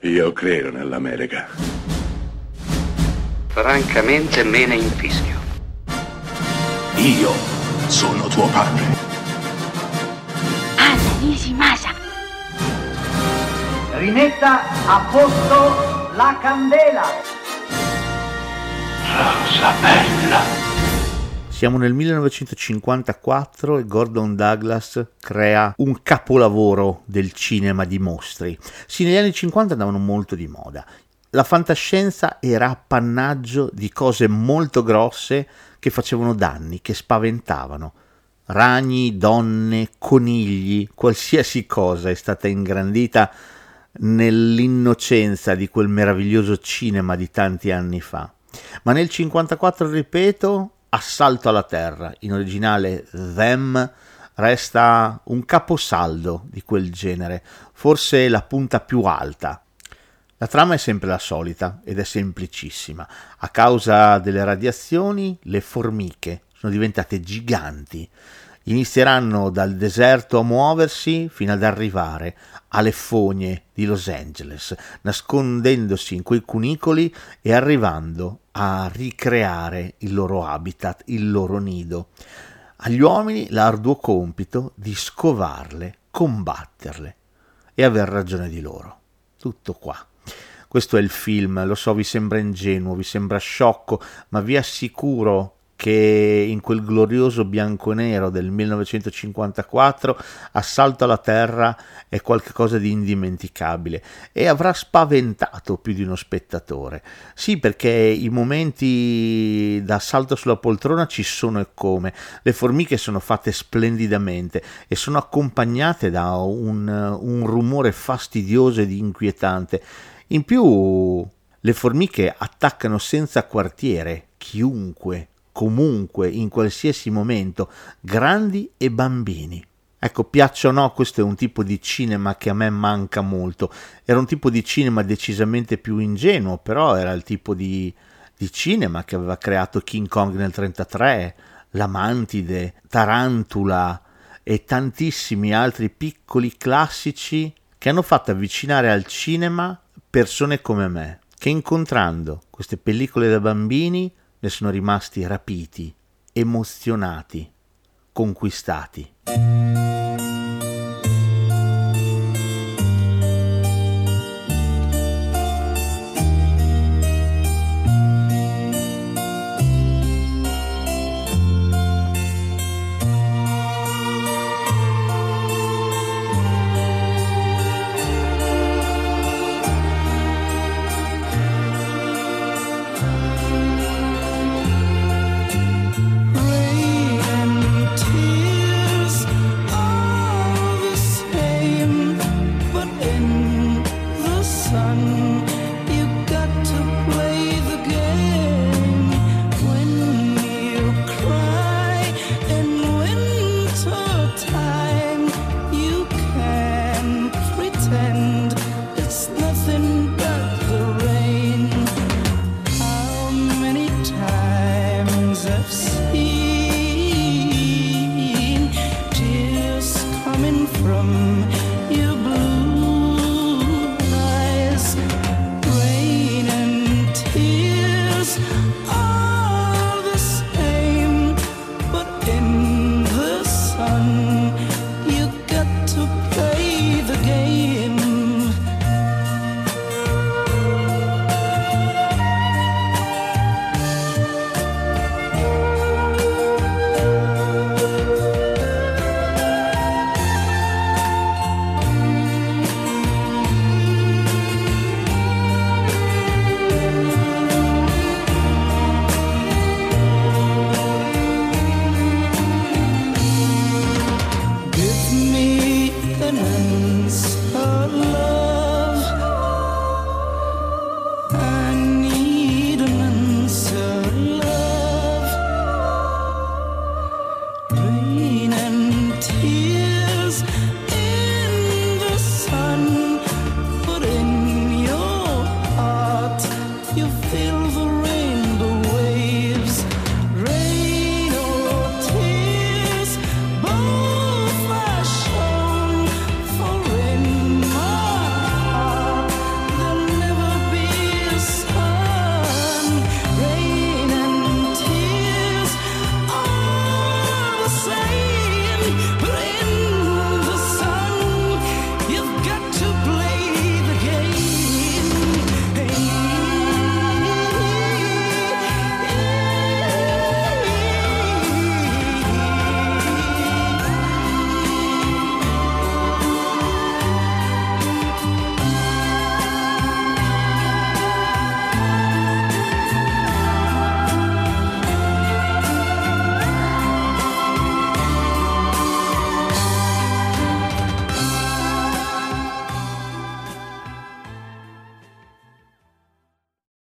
Io credo nell'America. Francamente me ne infischio. Io sono tuo padre. Anna Nishimasa. Rimetta a posto la candela. Rosa bella. Siamo nel 1954 e Gordon Douglas crea un capolavoro del cinema di mostri. Sì, negli anni 50 andavano molto di moda. La fantascienza era appannaggio di cose molto grosse che facevano danni, che spaventavano. Ragni, donne, conigli, qualsiasi cosa è stata ingrandita nell'innocenza di quel meraviglioso cinema di tanti anni fa. Ma nel 54, ripeto, Assalto alla Terra, in originale Them, resta un caposaldo di quel genere, forse la punta più alta. La trama è sempre la solita ed è semplicissima. A causa delle radiazioni, le formiche sono diventate giganti. Inizieranno dal deserto a muoversi fino ad arrivare alle fogne di Los Angeles, nascondendosi in quei cunicoli e arrivando a ricreare il loro habitat, il loro nido. Agli uomini l'arduo compito di scovarle, combatterle e aver ragione di loro. Tutto qua. Questo è il film, lo so, vi sembra ingenuo, vi sembra sciocco, ma vi assicuro che in quel glorioso bianco e nero del 1954 Assalto alla Terra è qualcosa di indimenticabile e avrà spaventato più di uno spettatore. Sì, perché i momenti da salto sulla poltrona ci sono e come. Le formiche sono fatte splendidamente e sono accompagnate da un rumore fastidioso ed inquietante. In più le formiche attaccano senza quartiere chiunque, comunque, in qualsiasi momento, grandi e bambini. Ecco, piaccia o no, questo è un tipo di cinema che a me manca molto. Era un tipo di cinema decisamente più ingenuo, però era il tipo di cinema che aveva creato King Kong nel 1933, La Mantide, Tarantula e tantissimi altri piccoli classici che hanno fatto avvicinare al cinema persone come me, che incontrando queste pellicole da bambini ne sono rimasti rapiti, emozionati, conquistati. You feel